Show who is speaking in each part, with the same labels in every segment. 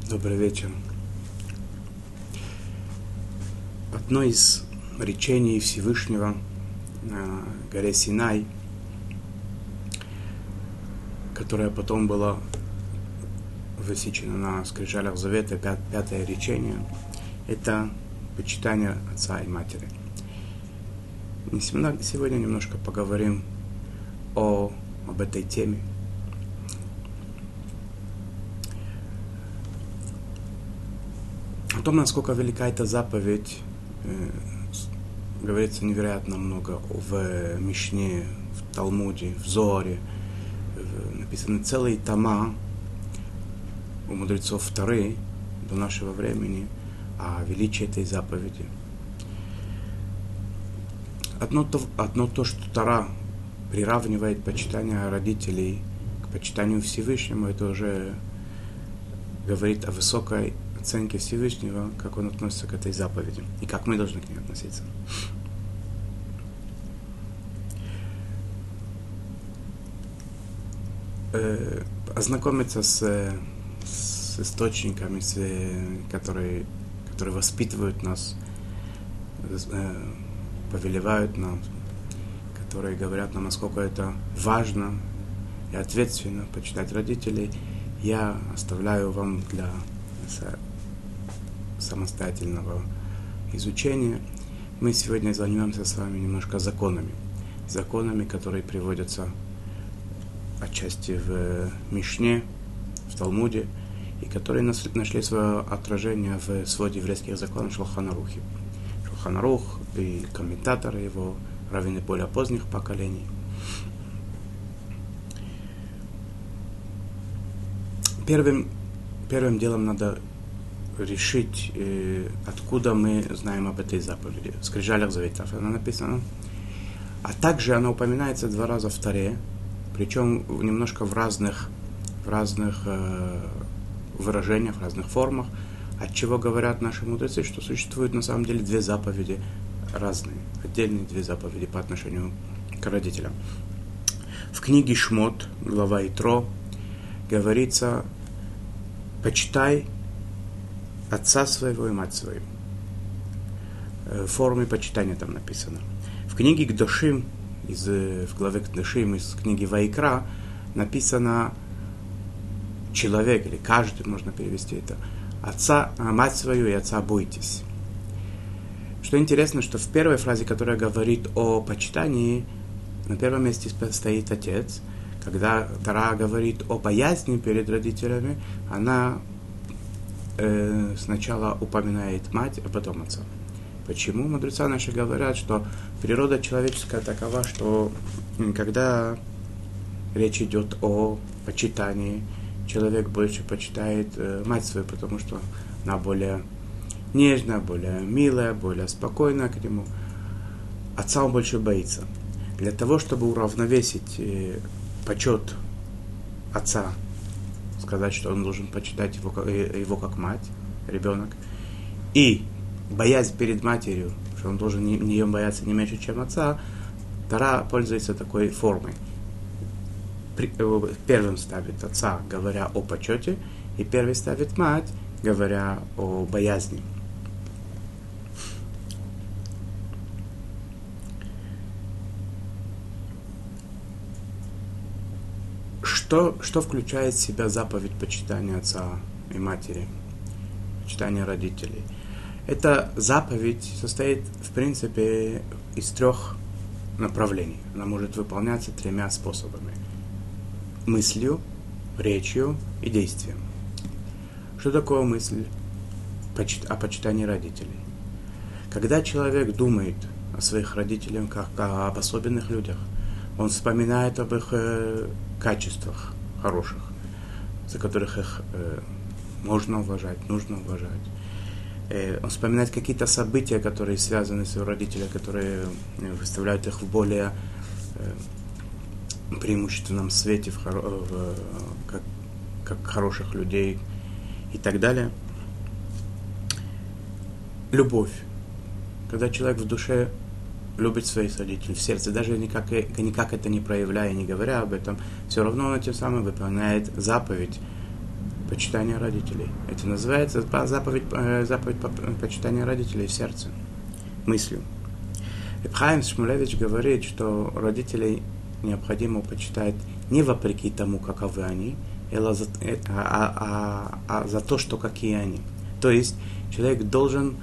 Speaker 1: Добрый вечер. Одно из речений Всевышнего на горе Синай, которое потом было высечено на скрижалях Завета, пятое речение, это почитание отца и матери. Сегодня немножко поговорим об этой теме. О том, насколько велика эта заповедь, говорится невероятно много в Мишне, в Талмуде, в Зоре. Написаны целые тома у мудрецов Торы до нашего времени о величии этой заповеди. Одно то, что Тора приравнивает почитание родителей к почитанию Всевышнему, это уже говорит о высокой оценке Всевышнего, как он относится к этой заповеди и как мы должны к ней относиться. Ознакомиться с источниками, которые воспитывают нас, повелевают нам, которые говорят нам, насколько это важно и ответственно почитать родителей, я оставляю вам для самостоятельного изучения. Мы сегодня займемся с вами немножко законами, которые приводятся отчасти в Мишне, в Талмуде, и которые нашли свое отражение в своде еврейских законов Шулхан Арухе. Шулхан Арух и комментаторы его, раввины более поздних поколений. Первым делом надо решить, откуда мы знаем об этой заповеди. В скрижалях Заветов она написана. А также она упоминается 2 раза в Торе, причем немножко в разных выражениях, в разных формах, от чего говорят наши мудрецы, что существует на самом деле 2 заповеди разные, отдельные 2 заповеди по отношению к родителям. В книге Шмот, глава Итро, говорится: почитай отца своего и мать свою. В форме почитания там написано. В книге Кдошим, в главе Кдошим из книги Ваикра, написано человек, или каждый, можно перевести это, мать свою и отца бойтесь. Что интересно, что в первой фразе, которая говорит о почитании, на первом месте стоит отец. Когда Тора говорит о боязни перед родителями, она сначала упоминает мать, а потом отца. Почему? Мудрецы наши говорят, что природа человеческая такова, что когда речь идет о почитании, человек больше почитает мать свою, потому что она более нежная, более милая, более спокойная к нему. Отца он больше боится. Для того, чтобы уравновесить почет отца, сказать, что он должен почитать его как мать, ребенок, и боязнь перед матерью, что он должен ее бояться не меньше, чем отца, Тора пользуется такой формой. Первым ставит отца, говоря о почете, и первый ставит мать, говоря о боязни. Что включает в себя заповедь почитания отца и матери, почитания родителей? Эта заповедь состоит, в принципе, из 3 направлений. Она может выполняться 3 способами: мыслью, речью и действием. Что такое мысль о почитании родителей? Когда человек думает о своих родителях как об особенных людях, он вспоминает об их качествах хороших, за которых их можно уважать, нужно уважать. Он вспоминает какие-то события, которые связаны с его родителями, которые выставляют их в более преимущественном свете, как хороших людей и так далее. Любовь. Когда человек в душе любит своих родителей, в сердце, даже никак это не проявляя, не говоря об этом, все равно он тем самым выполняет заповедь почитания родителей. Это называется заповедь почитания родителей в сердце, мыслью. Реб Хаим Шмулевич говорит, что родителей необходимо почитать не вопреки тому, каковы они, а за то, что какие они. То есть человек должен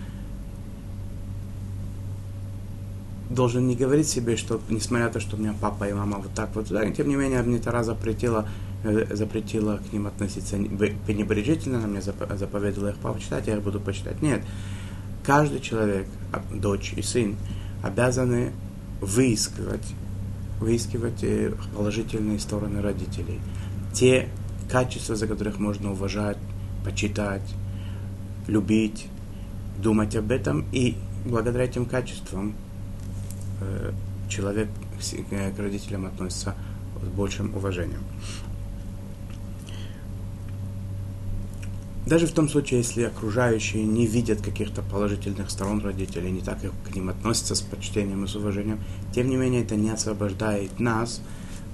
Speaker 1: не говорить себе, что несмотря на то, что у меня папа и мама вот так вот, да, тем не менее, мне Тора запретила к ним относиться пренебрежительно, она мне заповедала их почитать, я их буду почитать. Нет. Каждый человек, дочь и сын, обязаны выискивать положительные стороны родителей. Те качества, за которых можно уважать, почитать, любить, думать об этом. И благодаря этим качествам человек к родителям относится с большим уважением. Даже в том случае, если окружающие не видят каких-то положительных сторон родителей, не так к ним относятся с почтением и с уважением, тем не менее это не освобождает нас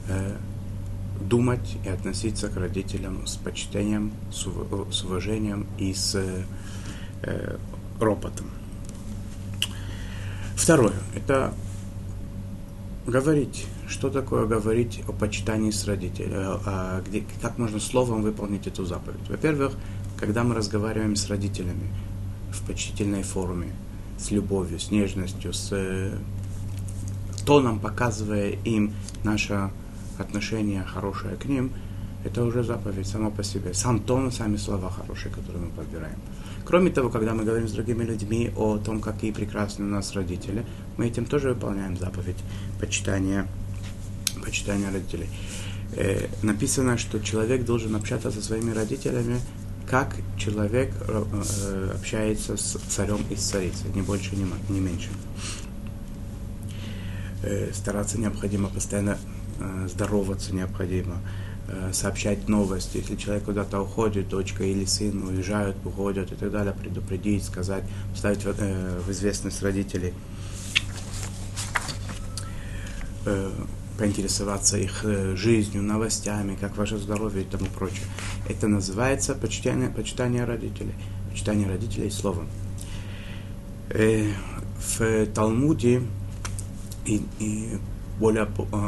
Speaker 1: думать и относиться к родителям с почтением, с уважением и с ропотом. Второе, это говорить. Что такое говорить о почитании с родителями? Как можно словом выполнить эту заповедь? Во-первых, когда мы разговариваем с родителями в почтительной форме, с любовью, с нежностью, с тоном, показывая им наше отношение хорошее к ним, это уже заповедь сама по себе. Сам тон, сами слова хорошие, которые мы подбираем. Кроме того, когда мы говорим с другими людьми о том, какие прекрасны у нас родители, мы этим тоже выполняем заповедь почитания родителей. Написано, что человек должен общаться со своими родителями, как человек общается с царем и с царицей, ни больше, ни меньше. Стараться необходимо, постоянно здороваться необходимо, сообщать новости. Если человек куда-то уходит, дочка или сын уезжают, уходят и так далее, предупредить, сказать, ставить в известность родителей, поинтересоваться их жизнью, новостями, как ваше здоровье и тому прочее. Это называется почитание родителей. Почитание родителей словом. В Талмуде и более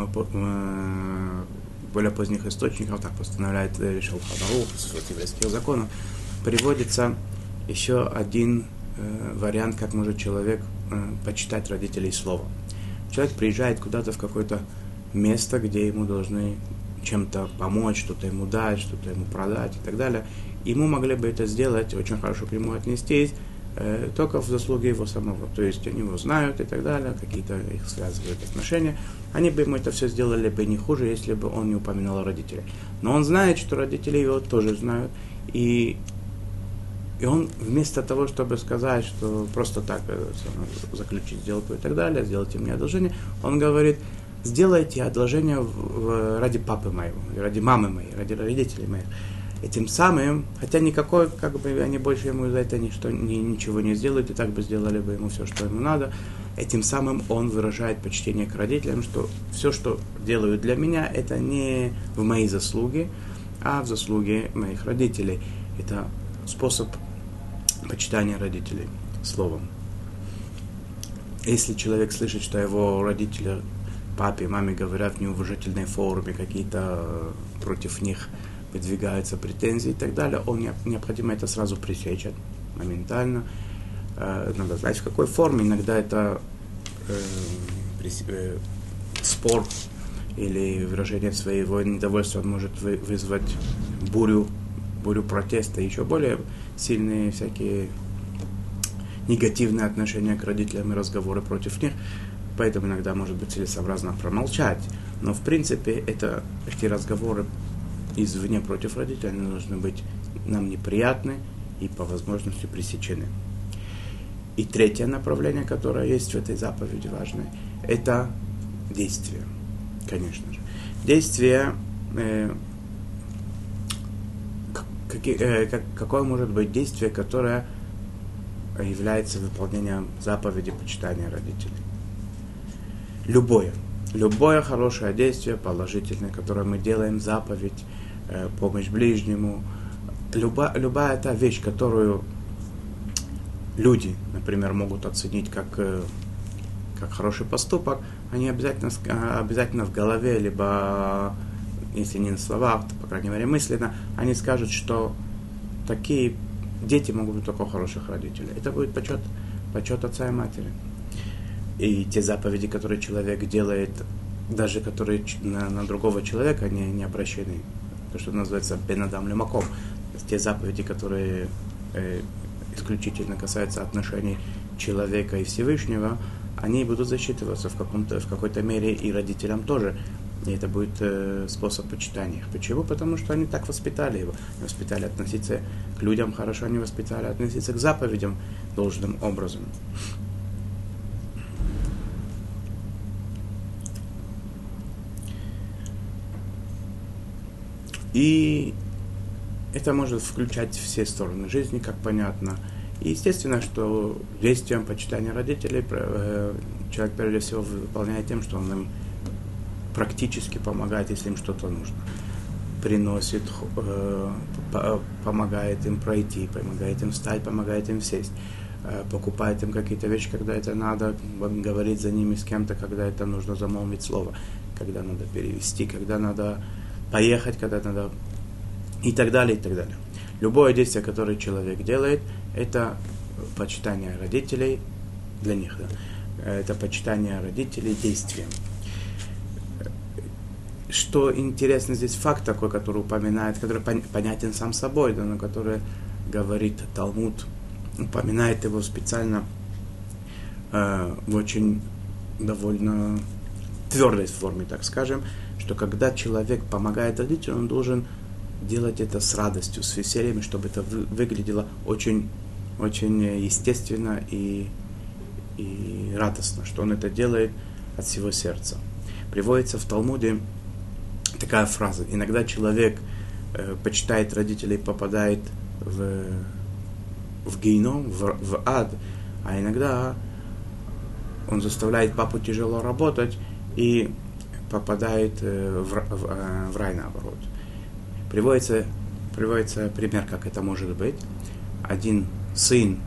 Speaker 1: поздних источниках, так постановляет Шулхан Арух, с еврейских законов, приводится еще один вариант, как может человек почитать родителей словом. Человек приезжает куда-то в какое-то место, где ему должны чем-то помочь, что-то ему дать, что-то ему продать и так далее. Ему могли бы это сделать, очень хорошо к нему отнестись, только в заслуге его самого. То есть они его знают и так далее, какие-то их связывают отношения. Они бы ему это все сделали бы не хуже, если бы он не упоминал родителей. Но он знает, что родители его тоже знают. И он вместо того, чтобы сказать, что просто так заключить сделку и так далее, сделайте мне одолжение, он говорит: сделайте одолжение ради папы моего, ради мамы моей, ради родителей моих. Этим самым, хотя никакой, как бы они больше ему за это ничего не сделают, и так бы сделали бы ему все, что ему надо, этим самым он выражает почтение к родителям, что все, что делают для меня, это не в мои заслуги, а в заслуги моих родителей. Это способ почитания родителей словом. Если человек слышит, что его родители, папе, маме говорят в неуважительной форме, какие-то против них выдвигаются претензии и так далее, необходимо это сразу пресечь моментально. Надо знать, в какой форме. Иногда это спор или выражение своего недовольства может вызвать бурю протеста, еще более сильные всякие негативные отношения к родителям и разговоры против них. Поэтому иногда может быть целесообразно промолчать. Но в принципе эти разговоры извне против родителей должны быть нам неприятны и по возможности пресечены. И третье направление, которое есть в этой заповеди важное, это действие, конечно же. Действие, какое может быть действие, которое является выполнением заповеди почитания родителей? Любое хорошее действие, положительное, которое мы делаем, заповедь, помощь ближнему, любая та вещь, которую люди, например, могут оценить как хороший поступок, они обязательно в голове, либо, если не на словах, то, по крайней мере, мысленно, они скажут, что такие дети могут быть только хороших родителей. Это будет почет отца и матери. И те заповеди, которые человек делает, даже которые на другого человека, они не обращены. То, что называется бен адам лемаком. Те заповеди, которые исключительно касаются отношений человека и Всевышнего, они будут засчитываться в какой-то мере и родителям тоже. И это будет способ почитания их. Почему? Потому что они так воспитали его. Они воспитали относиться к людям хорошо, они воспитали относиться к заповедям должным образом. И это может включать все стороны жизни, как понятно. И естественно, что действием почитания родителей человек прежде всего выполняет тем, что он им практически помогает, если им что-то нужно. Приносит, помогает им пройти, помогает им встать, помогает им сесть. Покупает им какие-то вещи, когда это надо, говорит за ними с кем-то, когда это нужно замолвить слово, когда надо перевести, когда надо поехать, когда надо и так далее, и так далее. Любое действие, которое человек делает, это почитание родителей для них. Да? Это почитание родителей действием. Что интересно, здесь факт такой, который упоминает, который понятен сам собой, да, но который говорит Талмуд, упоминает его специально в очень довольно твердой форме, так скажем, что когда человек помогает родителям, он должен делать это с радостью, с весельем, чтобы это выглядело очень, очень естественно и радостно, что он это делает от всего сердца. Приводится в Талмуде такая фраза: иногда человек почитает родителей, попадает в гейном, в ад, а иногда он заставляет папу тяжело работать и попадает в рай наоборот. Приводится пример, как это может быть. Один сын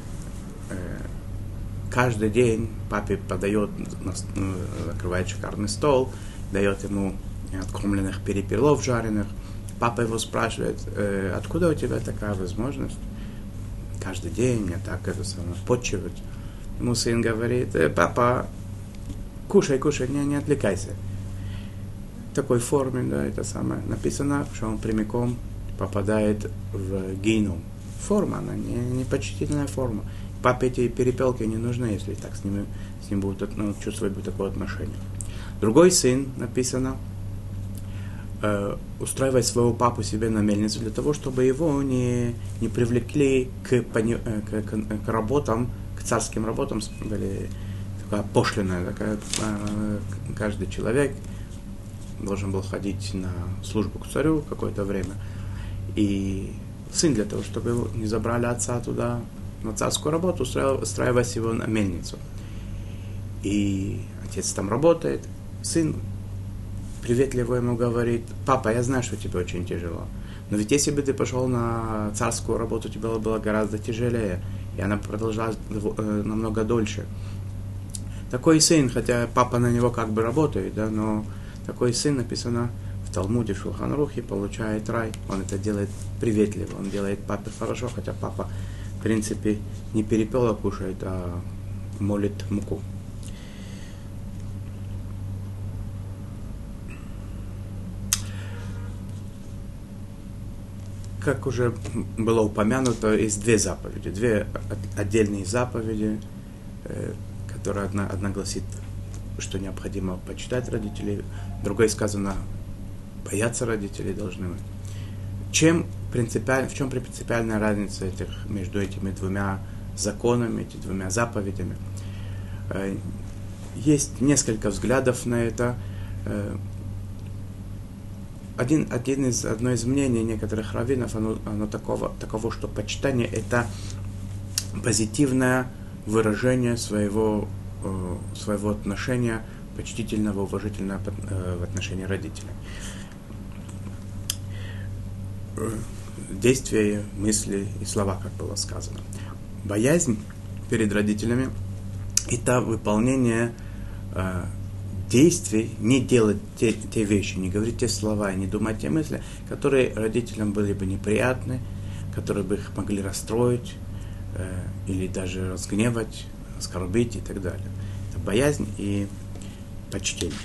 Speaker 1: каждый день папе подает, накрывает шикарный стол, дает ему откормленных перепелов жареных. Папа его спрашивает: откуда у тебя такая возможность каждый день мне так это самое подчивать? Ему сын говорит: папа, кушай, не отвлекайся. В такой форме, да, это самое написано, что он прямиком попадает в гейном. Форма, она не почтительная форма. Папе эти перепелки не нужны, если так с ним будут чувствовать такое отношение. Другой сын, написано, устраивает своего папу себе на мельницу для того, чтобы его не привлекли к работам, к царским работам, были такая пошлина, такая, каждый человек должен был ходить на службу к царю какое-то время. И сын для того, чтобы его не забрали отца туда на царскую работу, устраивать его на мельницу. И отец там работает, сын приветливо ему говорит: папа, я знаю, что тебе очень тяжело, но ведь если бы ты пошел на царскую работу, тебе было гораздо тяжелее, и она продолжалась намного дольше. Такой сын, хотя папа на него как бы работает, да, но такой сын, написано в Талмуде, в Шулхан Арухе, получает рай. Он это делает приветливо, он делает папе хорошо, хотя папа, в принципе, не перепела кушает, а молит муку. Как уже было упомянуто, есть две заповеди, две отдельные заповеди, которые одна гласит, что необходимо почитать родителей, другой сказано, бояться родителей должны мы. В чем принципиальная разница между этими двумя законами, этими двумя заповедями? Есть несколько взглядов на это. Одно из мнений некоторых раввинов, оно таково, что почитание — это позитивное выражение своего отношения, почтительного, уважительного в отношении родителей. действия, мысли и слова, как было сказано. Боязнь перед родителями – это выполнение действий, не делать те вещи, не говорить те слова, не думать те мысли, которые родителям были бы неприятны, которые бы их могли расстроить или даже разгневать, оскорбить и так далее. Это боязнь и почтение.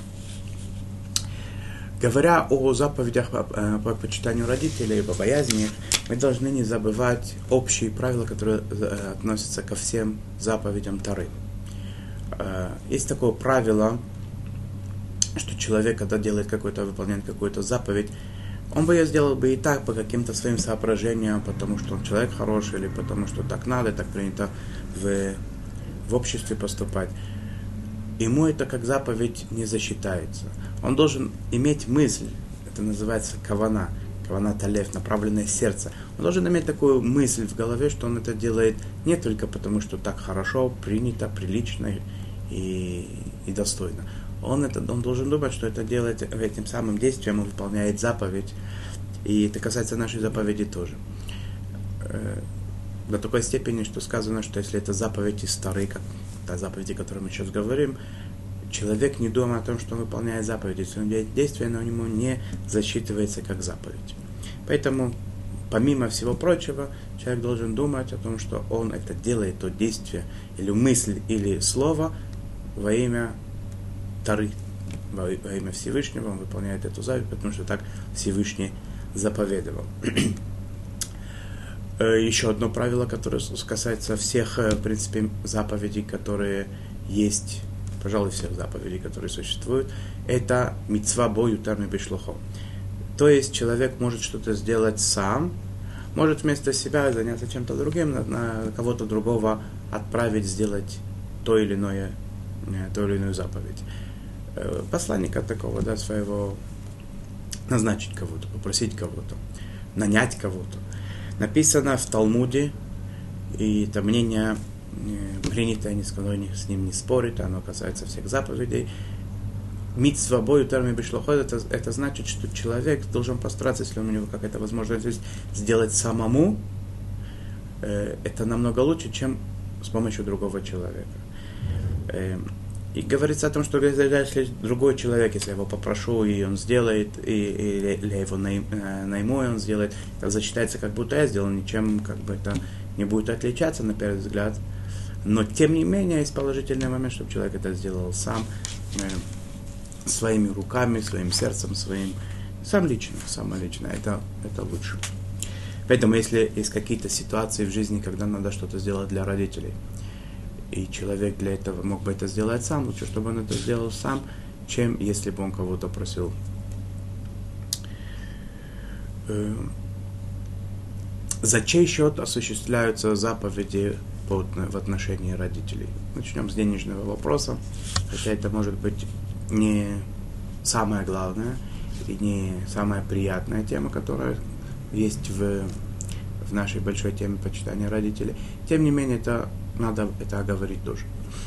Speaker 1: Говоря о заповедях по почитанию родителей, по боязни их, мы должны не забывать общие правила, которые относятся ко всем заповедям Торы. Есть такое правило, что человек, когда выполняет какую-то заповедь, он бы ее сделал бы и так, по каким-то своим соображениям, потому что он человек хороший, или потому что так надо, так принято в обществе поступать. Ему это как заповедь не засчитается. Он должен иметь мысль, это называется кавана талев, направленное сердце. Он должен иметь такую мысль в голове, что он это делает не только потому, что так хорошо, принято, прилично и достойно. Он должен думать, что это делает этим самым действием, он выполняет заповедь. И это касается нашей заповеди тоже. До такой степени, что сказано, что если это заповедь из Торы, как та заповедь, о которой мы сейчас говорим, человек не думает о том, что он выполняет заповедь. Если он делает действие, оно ему не засчитывается как заповедь. Поэтому, помимо всего прочего, человек должен думать о том, что он это делает, то действие, или мысль, или слово во имя Торы, во имя Всевышнего. Он выполняет эту заповедь, потому что так Всевышний заповедовал. Еще одно правило, которое касается всех, в принципе, заповедей, которые есть, пожалуй, всех заповедей, которые существуют, это мицва бо ютар мибишлохо. То есть человек может что-то сделать сам, может вместо себя заняться чем-то другим, на кого-то другого отправить сделать ту или иную заповедь. Посланника такого, своего, назначить кого-то, попросить кого-то, нанять кого-то. Написано в Талмуде, и это мнение принятое, никто с ним не спорит, оно касается всех заповедей. Мицва бо ютар мибишлохо, это значит, что человек должен постараться, если у него какая-то возможность есть, сделать самому, это намного лучше, чем с помощью другого человека. И говорится о том, что если другой человек, если я его попрошу, и он сделает, или я его найму, и он сделает, это засчитается, как будто я сделал, ничем как бы это не будет отличаться на первый взгляд. Но тем не менее есть положительный момент, чтобы человек это сделал сам, своими руками, своим сердцем, сам лично. Это лучше. Поэтому если есть какие-то ситуации в жизни, когда надо что-то сделать для родителей, и человек для этого мог бы это сделать сам, лучше, чтобы он это сделал сам, чем если бы он кого-то просил. За чей счет осуществляются заповеди в отношении родителей? Начнем с денежного вопроса, хотя это может быть не самая главная и не самая приятная тема, которая есть в нашей большой теме почитания родителей. Тем не менее, надо это оговорить тоже.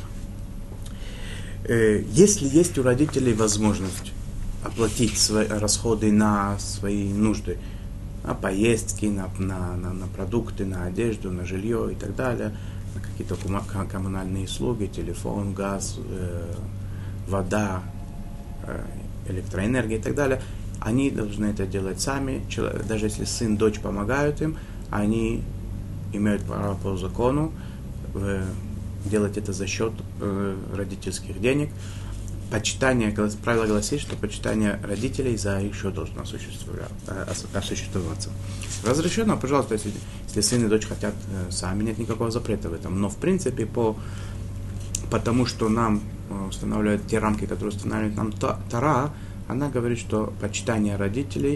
Speaker 1: Если есть у родителей возможность оплатить свои расходы на свои нужды, на поездки, на продукты, на одежду, на жилье и так далее, на какие-то коммунальные услуги, телефон, газ, вода, электроэнергия и так далее, они должны это делать сами. Даже если сын, дочь помогают им, они имеют право по закону делать это за счет родительских денег. Правило гласит, что почитание родителей за их счет должно осуществляться. Разрешено, пожалуйста, если сын и дочь хотят сами, нет никакого запрета в этом. Но в принципе, потому что нам устанавливают те рамки, которые устанавливает нам Тора, она говорит, что почитание родителей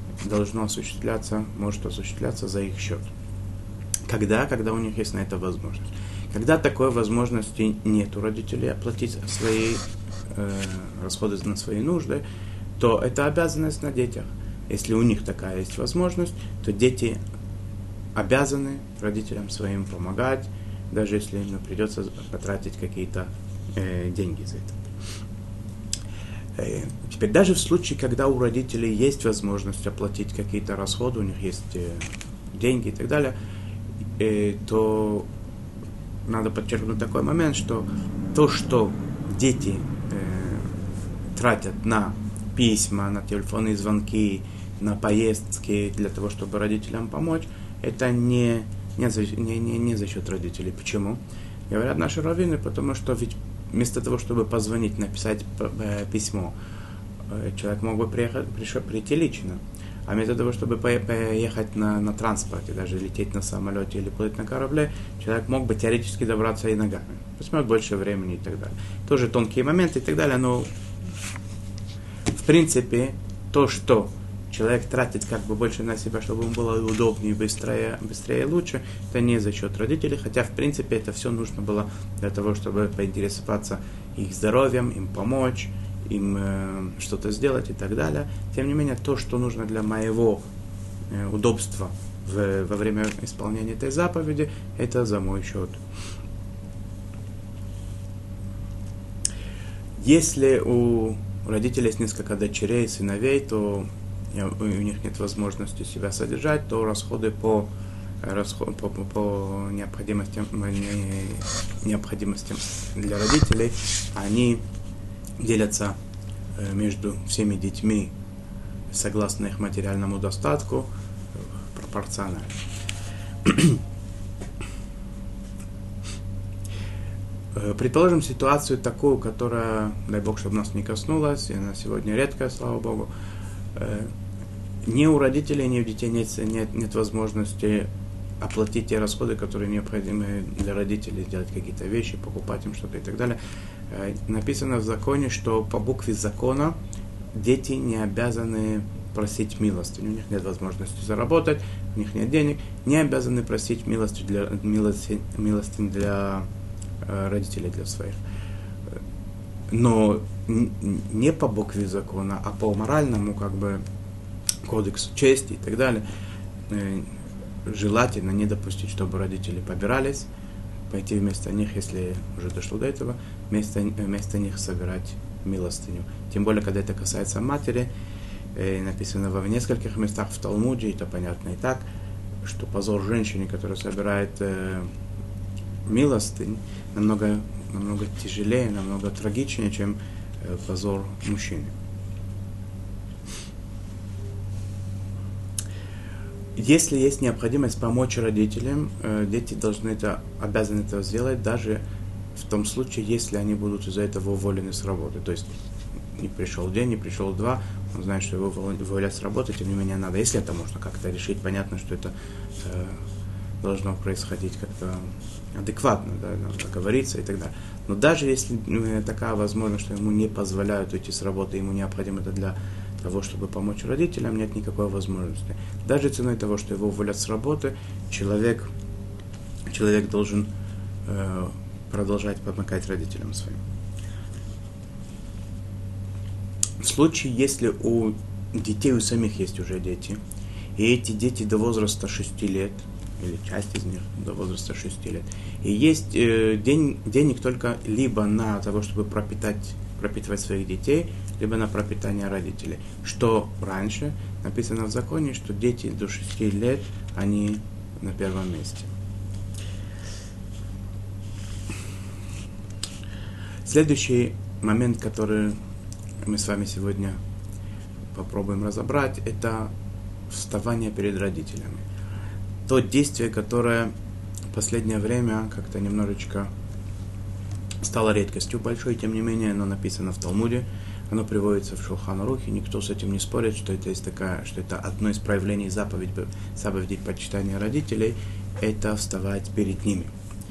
Speaker 1: может осуществляться за их счет. Когда у них есть на это возможность. Когда такой возможности нет у родителей оплатить свои расходы на свои нужды, то это обязанность на детях. Если у них такая есть возможность, то дети обязаны родителям своим помогать, даже если им придется потратить какие-то деньги за Теперь даже в случае, когда у родителей есть возможность оплатить какие-то расходы, у них есть деньги и так далее, то надо подчеркнуть такой момент, что то, что дети тратят на письма, на телефонные звонки, на поездки для того, чтобы родителям помочь, это не за счет родителей. Почему? Говорят наши раввины, потому что ведь вместо того, чтобы позвонить, написать письмо, человек мог бы прийти лично. А вместо того, чтобы поехать на транспорте, даже лететь на самолете или плыть на корабле, человек мог бы теоретически добраться и ногами. Возьмет больше времени и так далее. Тоже тонкие моменты и так далее, но в принципе то, что человек тратит как бы больше на себя, чтобы ему было удобнее, быстрее и лучше, это не за счет родителей, хотя в принципе это все нужно было для того, чтобы поинтересоваться их здоровьем, им помочь, им что-то сделать и так далее. Тем не менее, то, что нужно для моего удобства во время исполнения этой заповеди, это за мой счет. Если у родителей есть несколько дочерей, сыновей, то у них нет возможности себя содержать, то расходы по необходимостям для родителей, они делятся между всеми детьми согласно их материальному достатку пропорционально. Предположим ситуацию такую, которая, дай Бог, чтобы нас не коснулась, и она сегодня редкая, слава Богу. Ни у родителей, ни у детей нет возможности оплатить те расходы, которые необходимы для родителей, делать какие-то вещи, покупать им что-то и так далее. Написано в законе, что по букве закона дети не обязаны просить милостыню. У них нет возможности заработать, у них нет денег, не обязаны просить милостыню для родителей, для своих. Но не по букве закона, а по моральному кодексу чести и так далее, желательно не допустить, чтобы родители побирались, пойти вместо них, если уже дошло до этого, вместо них собирать милостыню. Тем более, когда это касается матери, написано в нескольких местах в Талмуде, это понятно и так, что позор женщине, которая собирает милостынь, намного тяжелее, намного трагичнее, чем позор мужчины. Если есть необходимость помочь родителям, дети обязаны это сделать, даже в том случае, если они будут из-за этого уволены с работы. То есть не пришел день, не пришел два, он знает, что его уволят с работы, тем не менее надо. Если это можно как-то решить, понятно, что это должно происходить как-то адекватно, да, надо договориться и так далее. Но даже если такая возможность, что ему не позволяют уйти с работы, ему необходимо это для того, чтобы помочь родителям, нет никакой возможности. Даже ценой того, что его уволят с работы, человек должен продолжать помогать родителям своим. В случае, если у детей у самих есть уже дети, и эти дети до возраста 6 лет, или часть из них до возраста 6 лет, и есть денег только либо на того, чтобы пропитывать своих детей, либо на пропитание родителей. Что раньше написано в законе, что дети до 6 лет, они на первом месте. Следующий момент, который мы с вами сегодня попробуем разобрать, это вставание перед родителями. То действие, которое в последнее время как-то немножечко стало редкостью большой, тем не менее оно написано в Талмуде, оно приводится в Шулхан Арухе, никто с этим не спорит, что это одно из проявлений заповедей почитания родителей, это вставать перед ними.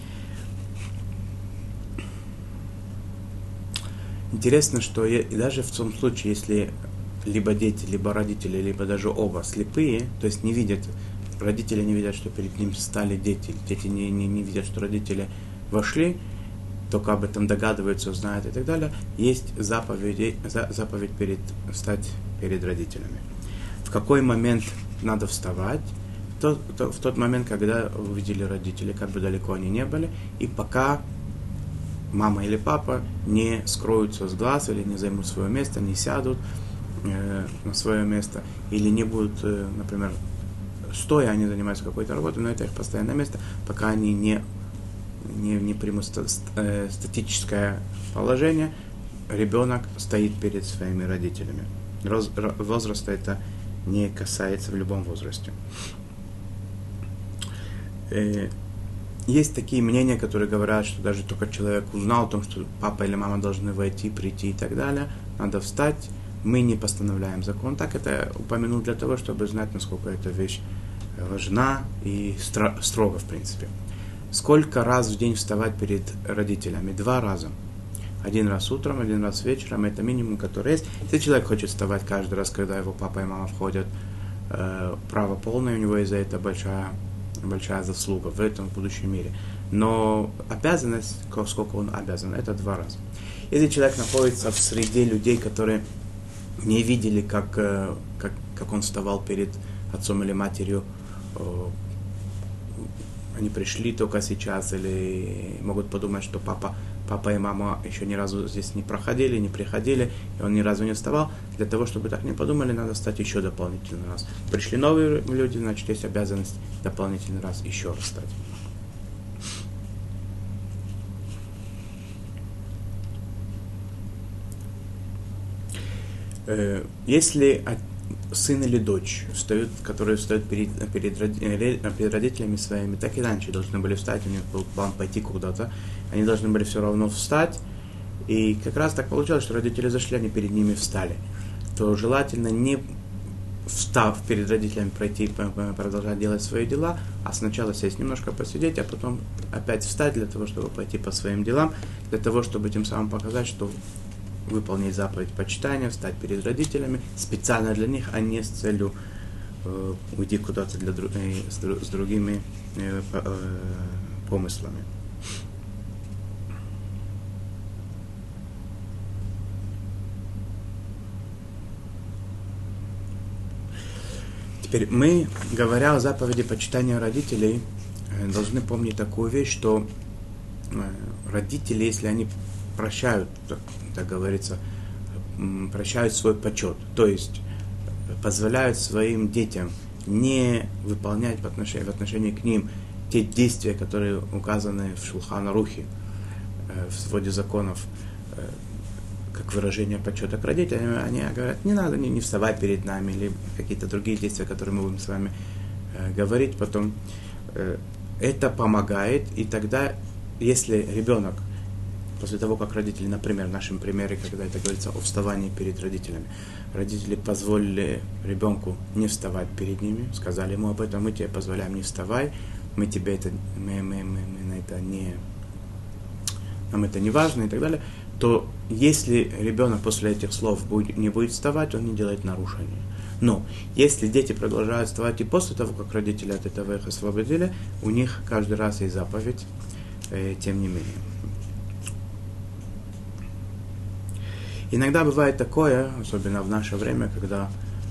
Speaker 1: Интересно, что и даже в том случае, если либо дети, либо родители, либо даже оба слепые, то есть не видят, родители не видят, что перед ним встали дети, дети не видят, что родители вошли, только об этом догадываются, знают и так далее, есть заповедь встать перед родителями. В какой момент надо вставать? В тот момент, когда увидели родители, как бы далеко они не были, и пока мама или папа не скроются с глаз или не займут свое место, не сядут на свое место или не будут, например, стоя, они занимаются какой-то работой, но это их постоянное место, пока они не примут статическое положение, ребенок стоит перед своими родителями. Возраста это не касается в любом возрасте. Есть такие мнения, которые говорят, что даже только человек узнал о том, что папа или мама должны войти, прийти и так далее, надо встать. Мы не постановляем закон. Так это упомянул для того, чтобы знать, насколько эта вещь важна и строго, в принципе. Сколько раз в день вставать перед родителями? 2 раза. 1 раз утром, 1 раз вечером. Это минимум, который есть. Если человек хочет вставать каждый раз, когда его папа и мама входят, право полное, у него есть за это большая заслуга в этом в будущем мире. Но обязанность, сколько он обязан, это 2 раза. Если человек находится в среде людей, которые не видели, как он вставал перед отцом или матерью, они пришли только сейчас, или могут подумать, что папа и мама еще ни разу здесь не проходили, не приходили, и он ни разу не вставал. Для того, чтобы так не подумали, надо встать еще дополнительный раз. Пришли новые люди, значит, есть обязанность дополнительный раз еще раз встать. Если сын или дочь, которые встают перед родителями своими, так и раньше должны были встать, у них был план пойти куда-то, они должны были все равно встать, и как раз так получилось, что родители зашли, они перед ними встали, то желательно не встав перед родителями пройти, продолжать делать свои дела, а сначала сесть немножко посидеть, а потом опять встать для того, чтобы пойти по своим делам, для того, чтобы тем самым показать, что выполнить заповедь почитания, встать перед родителями специально для них, а не с целью уйти куда-то с другими помыслами. Теперь мы, говоря о заповеди почитания родителей, должны помнить такую вещь, что родители, если они прощают, так говорится, прощают свой почет, то есть позволяют своим детям не выполнять в отношении к ним те действия, которые указаны в Шулхан Арухе, в своде законов, как выражение почета к родителям, они говорят, не надо не вставать перед нами, или какие-то другие действия, которые мы будем с вами говорить потом. Это помогает, и тогда, если ребенок после того, как родители, например, в нашем примере, когда это говорится о вставании перед родителями, родители позволили ребенку не вставать перед ними, сказали ему об этом, мы тебе позволяем, не вставай, нам это не важно и так далее, то если ребенок после этих слов не будет вставать, он не делает нарушения. Но если дети продолжают вставать и после того, как родители от этого их освободили, у них каждый раз есть заповедь, тем не менее. Иногда бывает такое, особенно в наше время, когда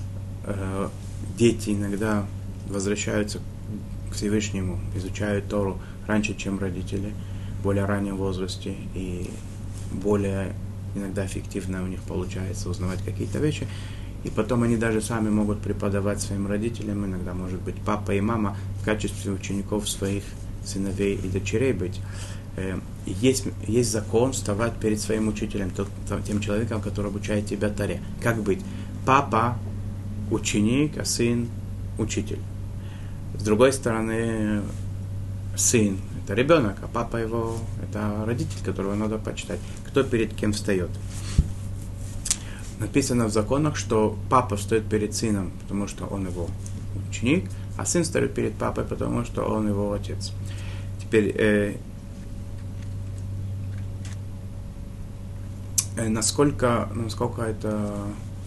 Speaker 1: дети иногда возвращаются к Всевышнему, изучают Тору раньше, чем родители, в более раннем возрасте, и более иногда эффективно у них получается узнавать какие-то вещи, и потом они даже сами могут преподавать своим родителям, иногда, может быть, папа и мама в качестве учеников своих сыновей и дочерей быть. Есть закон вставать перед своим учителем, тем человеком, который обучает тебя Торе. Как быть? Папа – ученик, а сын – учитель. С другой стороны, сын – это ребенок, а папа его – это родитель, которого надо почитать. Кто перед кем встает? Написано в законах, что папа встает перед сыном, потому что он его ученик, а сын встает перед папой, потому что он его отец. Теперь, насколько это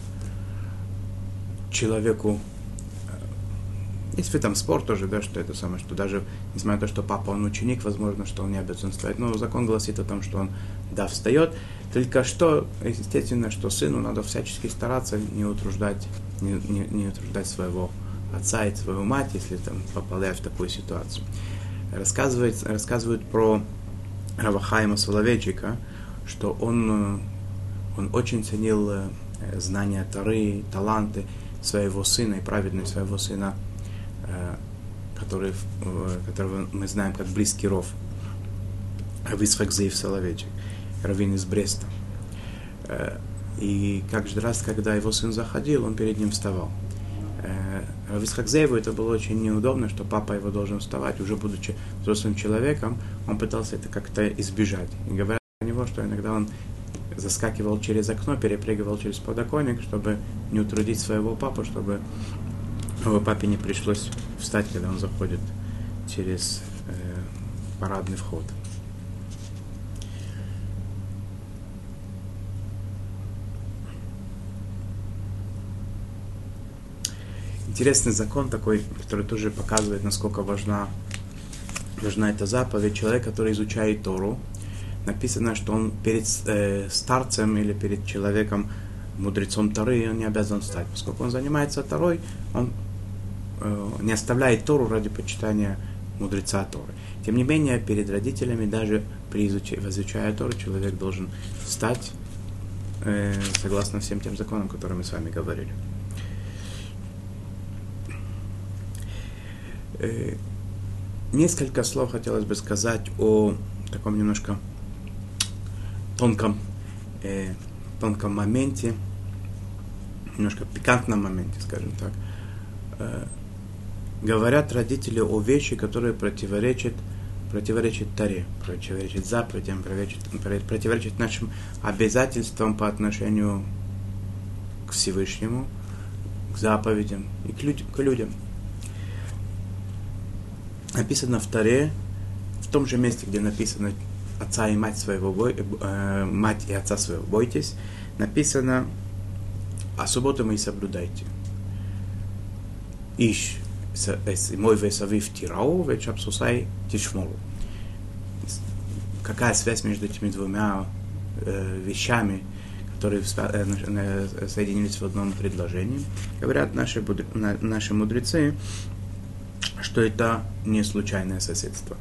Speaker 1: человеку, есть в этом спор тоже, да, что это самое, что даже несмотря на то, что папа он ученик, возможно, что он не обязан встать, но закон гласит о том, что он встает, только что, естественно, что сыну надо всячески стараться не утруждать своего отца и свою мать, если там попадает в такую ситуацию. Рассказывают про Рава Хаима Соловейчика, что он очень ценил знания Торы, таланты своего сына и праведность своего сына, которого мы знаем как близкий ров, Рав Ицхак Зеев Соловейчик, раввин из Бреста. И каждый раз, когда его сын заходил, он перед ним вставал. Рав Ицхак Зееву это было очень неудобно, что папа его должен вставать, уже будучи взрослым человеком, он пытался это как-то избежать. И говорят про него, что иногда он заскакивал через окно, перепрыгивал через подоконник, чтобы не утрудить своего папу, чтобы его папе не пришлось встать, когда он заходит через парадный вход. Интересный закон такой, который тоже показывает, насколько важна эта заповедь. Человек, который изучает Тору, написано, что он перед старцем или перед человеком, мудрецом Торы, он не обязан встать. Поскольку он занимается Торой, он не оставляет Тору ради почитания мудреца Торы. Тем не менее, перед родителями, даже изучая Тору, человек должен встать согласно всем тем законам, которые мы с вами говорили. Несколько слов хотелось бы сказать о таком немножко тонком моменте, немножко пикантном моменте, скажем так. Говорят родители о вещи, которые противоречат Торе, противоречат заповедям, противоречат нашим обязательствам по отношению к Всевышнему, к заповедям и к людям. Написано в Торе, в том же месте, где написано отца и мать и отца своего бойтесь, написано: а субботу мы и соблюдайте. Иш мой весавив тирау, вечап сусай тишмолу. Какая связь между этими двумя вещами, которые соединились в одном предложении? Говорят наши мудрецы, что это не случайное соседство.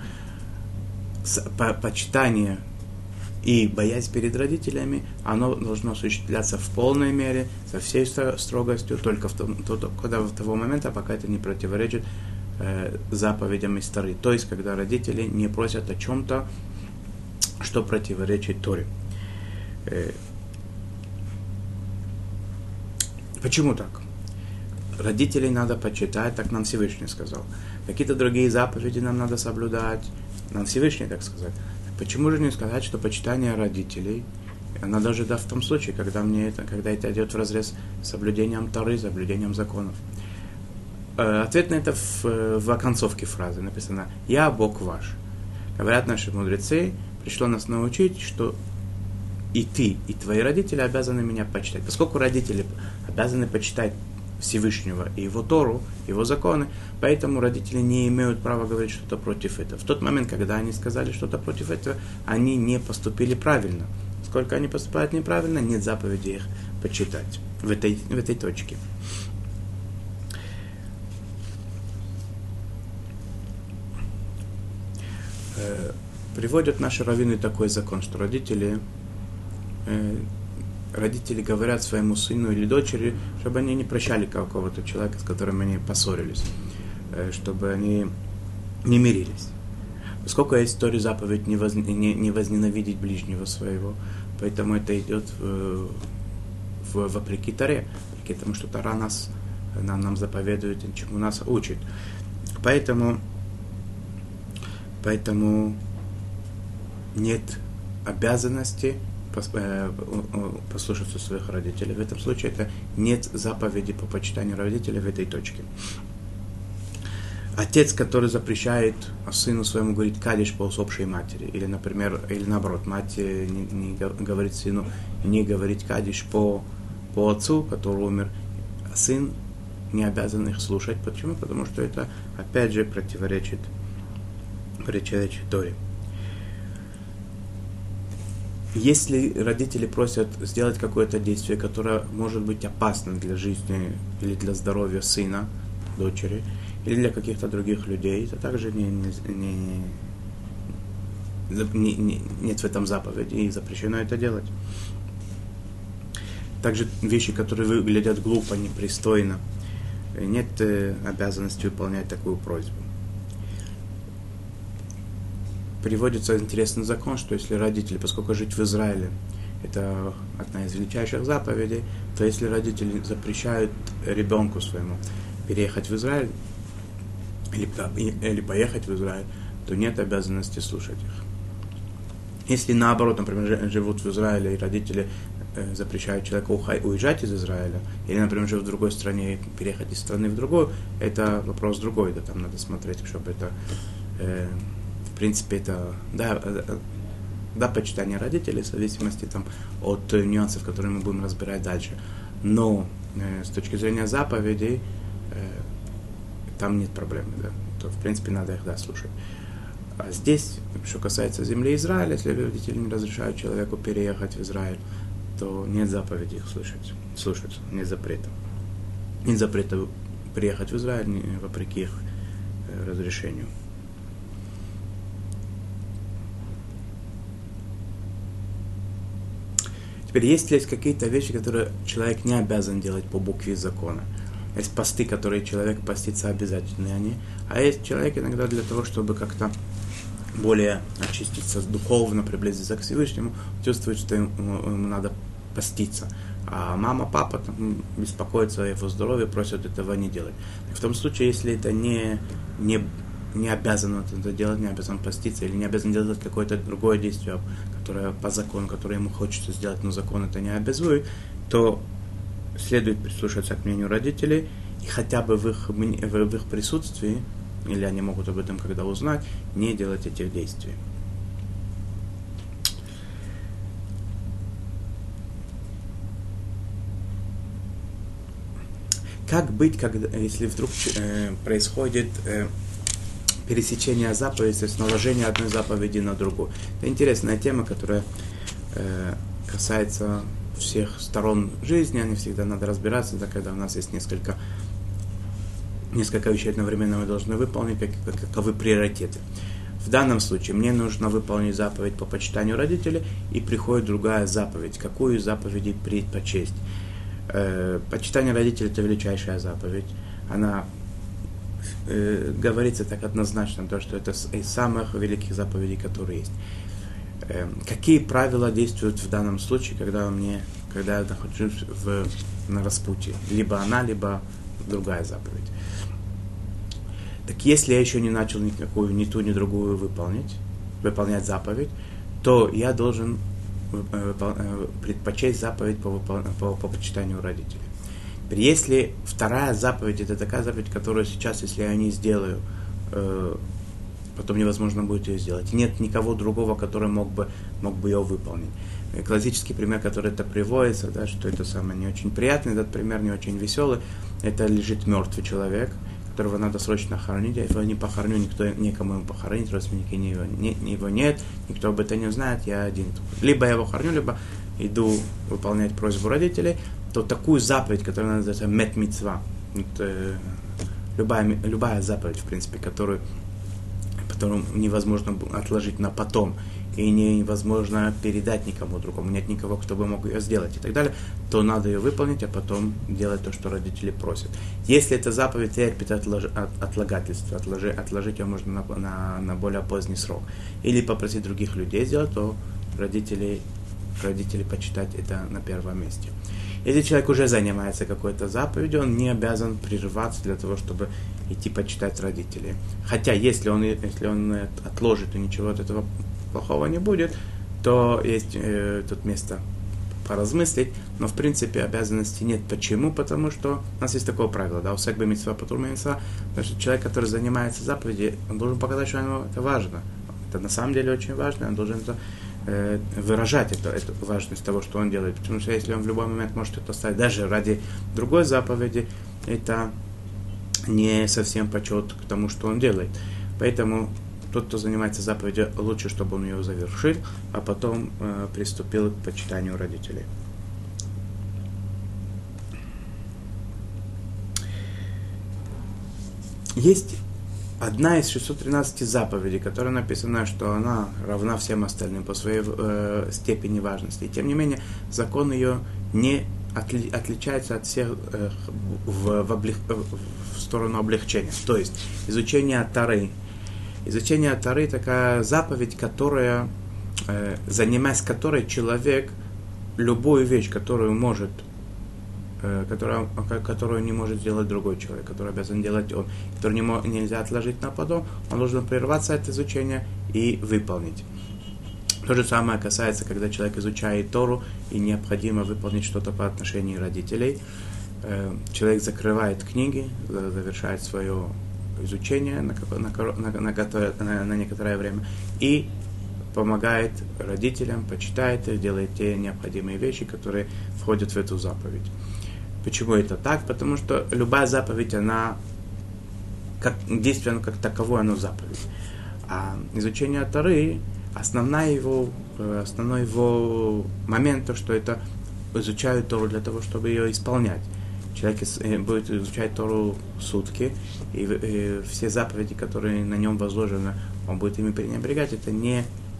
Speaker 1: Почитание и боязнь перед родителями, оно должно осуществляться в полной мере, со всей строгостью, только в того момента, пока это не противоречит заповедям из Торы. То есть, когда родители не просят о чем-то, что противоречит Торе. Почему так? Родителей надо почитать, так нам Всевышний сказал. Какие-то другие заповеди нам надо соблюдать, нам Всевышний так сказать. Почему же не сказать, что почитание родителей, оно даже в том случае, когда это идет вразрез с соблюдением Торы, соблюдением законов? Ответ на это в оконцовке фразы написано: «Я Бог ваш». Говорят наши мудрецы, пришло нас научить, что и ты, и твои родители обязаны меня почитать. Поскольку родители обязаны почитать Всевышнего и его Тору, его законы, поэтому родители не имеют права говорить что-то против этого. В тот момент, когда они сказали что-то против этого, они не поступили правильно. Сколько они поступают неправильно, нет заповеди их почитать в этой точке. Приводят наши раввины такой закон, что родители говорят своему сыну или дочери, чтобы они не прощали какого-то человека, с которым они поссорились, чтобы они не мирились. Поскольку есть в Торе заповедь не возненавидеть ближнего своего, поэтому это идет вопреки Торе, потому что Тора нам заповедует, чему нас учит. Поэтому нет обязанности послушаться своих родителей. В этом случае это нет заповеди по почитанию родителей в этой точке. Отец, который запрещает сыну своему говорить кадиш по усопшей матери, или наоборот, мать не говорит сыну не говорить кадиш по отцу, который умер, сын не обязан их слушать. Почему? Потому что это, опять же, противоречит Торе. Если родители просят сделать какое-то действие, которое может быть опасно для жизни или для здоровья сына, дочери, или для каких-то других людей, это также нет в этом заповеди, и запрещено это делать. Также вещи, которые выглядят глупо, непристойно, нет обязанности выполнять такую просьбу. Приводится интересный закон, что если родители, поскольку жить в Израиле это одна из величайших заповедей, то если родители запрещают ребенку своему переехать в Израиль или поехать в Израиль, то нет обязанности слушать их. Если наоборот, например, живут в Израиле и родители запрещают человеку уезжать из Израиля, или, например, живут в другой стране и переехать из страны в другую, это вопрос другой, да, там надо смотреть, чтобы это, в принципе, это, да, почитание родителей, в зависимости там, от нюансов, которые мы будем разбирать дальше. Но с точки зрения заповедей, там нет проблемы, да, то, в принципе, надо их, да, слушать. А здесь, что касается земли Израиля, если родители не разрешают человеку переехать в Израиль, то нет заповеди их слушать, нет запрета. Нет запрета приехать в Израиль, вопреки их разрешению. Теперь, есть ли какие-то вещи, которые человек не обязан делать по букве закона? Есть посты, которые человек постится обязательно, а есть человек иногда для того, чтобы как-то более очиститься духовно, приблизиться к Всевышнему, чувствует, что ему надо поститься. А мама, папа там, беспокоятся о его здоровье, просят этого не делать. В том случае, если это не обязан это делать, не обязан поститься, или не обязан делать какое-то другое действие, которое по закону, которое ему хочется сделать, но закон это не обязует, то следует прислушаться к мнению родителей и хотя бы в их присутствии, или они могут об этом когда узнать, не делать этих действий. Как быть, если вдруг происходит пересечение заповедей, то есть наложение одной заповеди на другую? Это интересная тема, которая касается всех сторон жизни, не всегда надо разбираться, да, когда у нас есть несколько вещей одновременно мы должны выполнить, каковы приоритеты. В данном случае мне нужно выполнить заповедь по почитанию родителей, и приходит другая заповедь. Какую заповедь предпочесть? Почитание родителей – это величайшая заповедь. Она говорится так однозначно, то, что это из самых великих заповедей, которые есть. Какие правила действуют в данном случае, когда я нахожусь на распутье? Либо она, либо другая заповедь. Так если я еще не начал ни ту, ни другую выполнять заповедь, то я должен предпочесть заповедь по почитанию родителей. Если вторая заповедь, это такая заповедь, которую сейчас, если я не сделаю, потом невозможно будет ее сделать. Нет никого другого, который мог бы ее выполнить. Классический пример, который это приводится, да, что это самое не очень приятный, этот пример не очень веселый, это лежит мертвый человек, которого надо срочно хоронить, а если я не похороню, некому ему похоронить, родственники его нет, никто об этом не знает, я один. Либо я его хороню, либо иду выполнять просьбу родителей, то такую заповедь, которая называется мет-мицва, любая заповедь, в принципе, которую невозможно отложить на потом, и невозможно передать никому другому, нет никого, кто бы мог ее сделать и так далее, то надо ее выполнить, а потом делать то, что родители просят. Если это заповедь терпит отлагательство, отложить ее можно на более поздний срок, или попросить других людей сделать, то родителей почитать это на первом месте. Если человек уже занимается какой-то заповедью, он не обязан прерываться для того, чтобы идти почитать родителей. Хотя, если он отложит и ничего от этого плохого не будет, то есть тут место поразмыслить, но в принципе обязанности нет. Почему? Потому что у нас есть такое правило, да, усек бе мицва патур ме мицва, потому что человек, который занимается заповедью, он должен показать, что ему это важно. Это на самом деле очень важно, он должен это выражать эту важность того, что он делает. Потому что если он в любой момент может это оставить, даже ради другой заповеди, это не совсем почет к тому, что он делает. Поэтому тот, кто занимается заповедью, лучше, чтобы он ее завершил, а потом приступил к почитанию родителей. Есть одна из 613 заповедей, которая написана, что она равна всем остальным по своей степени важности. И тем не менее, закон ее не отличается от всех в сторону облегчения. То есть изучение Торы. Изучение Торы такая заповедь, которая, занимаясь которой человек любую вещь, которую может, которую не может сделать другой человек, которую обязан делать он, которую нельзя отложить на потом, он должен прерваться от изучения и выполнить. То же самое касается, когда человек изучает Тору и необходимо выполнить что-то по отношению родителей. Человек закрывает книги, завершает свое изучение на некоторое время и помогает родителям, почитает их, делает те необходимые вещи, которые входят в эту заповедь. Почему это так? Потому что любая заповедь, она действие как таковое, оно заповедь. А изучение Торы, основной его момент, то, что это изучают Тору для того, чтобы ее исполнять. Человек будет изучать Тору сутки, и все заповеди, которые на нем возложены, он будет ими пренебрегать. Это не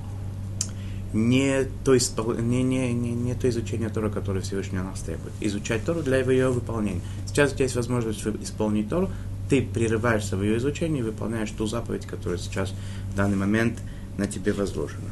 Speaker 1: то изучение Торы, которое Всевышний нас требует. Изучать Тору для ее выполнения. Сейчас у тебя есть возможность исполнить Тору, ты прерываешься в ее изучении и выполняешь ту заповедь, которая сейчас в данный момент на тебе возложена.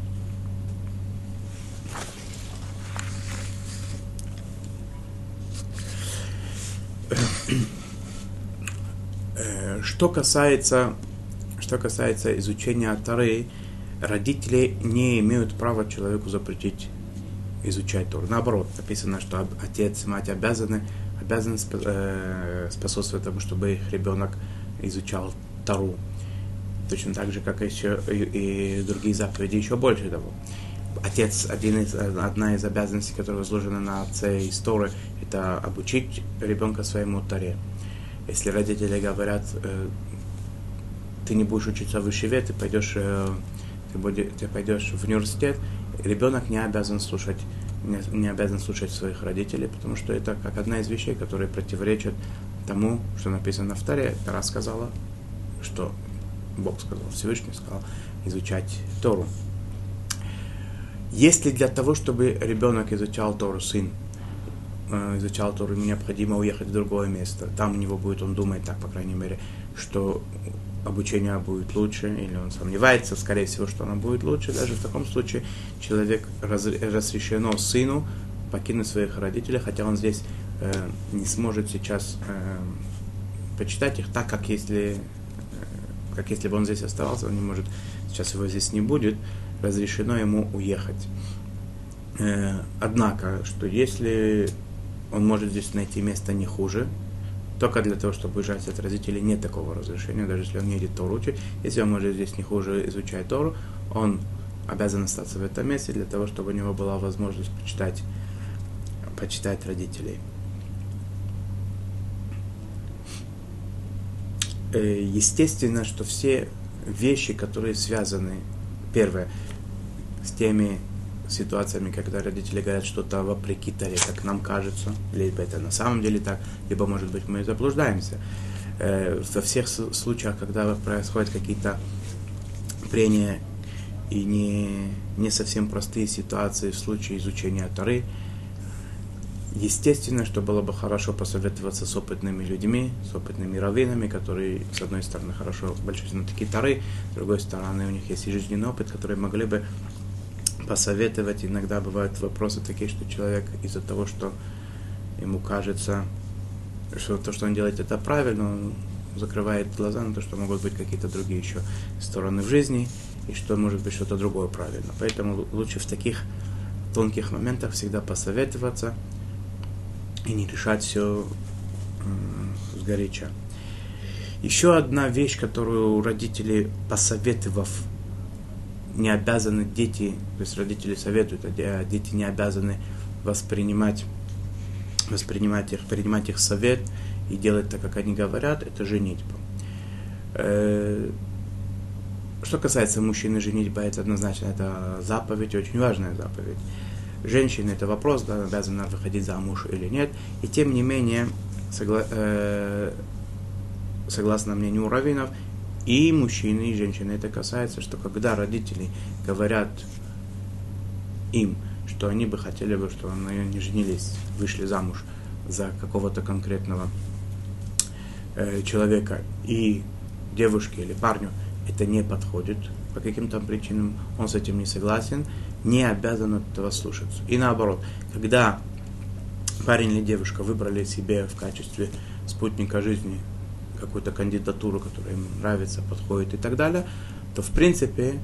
Speaker 1: Что касается изучения Торы, родители не имеют права человеку запретить изучать Тору. Наоборот, написано, что отец и мать обязаны способствовать тому, чтобы их ребенок изучал Тору. Точно так же, как и другие заповеди, еще больше того. Одна из обязанностей, которая возложена на отца из Торы, это обучить ребенка своему Торе. Если родители говорят, ты не будешь учиться в вышиве, ты пойдешь в университет, ребенок не обязан слушать своих родителей, потому что это как одна из вещей, которые противоречат тому, что написано в Торе. Тора сказала, что Бог сказал, Всевышний сказал, изучать Тору. Если для того, чтобы ребенок изучал Тору, сын изучал Тору, ему необходимо уехать в другое место, там у него будет, он думает так, по крайней мере, что обучение будет лучше, или он сомневается, скорее всего, что оно будет лучше, даже в таком случае человек разрешено сыну покинуть своих родителей, хотя он здесь не сможет сейчас почитать их так, как если бы он здесь оставался, он не может, сейчас его здесь не будет, разрешено ему уехать. Однако, что если он может здесь найти место не хуже, только для того, чтобы уезжать от родителей, нет такого разрешения, даже если он не едет Тору учить. Если он может здесь не хуже изучать Тору, он обязан остаться в этом месте для того, чтобы у него была возможность почитать родителей. Естественно, что все вещи, которые связаны, первое, с теми ситуациями, когда родители говорят что-то вопреки Торе, как нам кажется, либо это на самом деле так, либо, может быть, мы заблуждаемся. Во всех случаях, когда происходят какие-то прения и не совсем простые ситуации в случае изучения Торы, естественно, что было бы хорошо посоветоваться с опытными людьми, с опытными раввинами, которые, с одной стороны, большие знатоки Торы, с другой стороны, у них есть и жизненный опыт, которые могли бы посоветовать. Иногда бывают вопросы такие, что человек из-за того, что ему кажется, что то, что он делает, это правильно, он закрывает глаза на то, что могут быть какие-то другие еще стороны в жизни, и что может быть что-то другое правильно. Поэтому лучше в таких тонких моментах всегда посоветоваться и не решать все сгоряча. Еще одна вещь, которую родители, посоветовав, не обязаны дети, то есть родители советуют, а дети не обязаны принимать их совет и делать так, как они говорят, это женитьба. Что касается мужчины, женитьба, это однозначно, это заповедь, очень важная заповедь. Женщина, это вопрос, да, обязана выходить замуж или нет, и тем не менее, согласно мнению раввинов, и мужчины, и женщины. Это касается, что когда родители говорят им, что они бы хотели бы, что они не женились, вышли замуж за какого-то конкретного человека, и девушке или парню это не подходит по каким-то причинам, он с этим не согласен, не обязан этого слушаться. И наоборот, когда парень или девушка выбрали себе в качестве спутника жизни какую-то кандидатуру, которая им нравится, подходит и так далее, то в принципе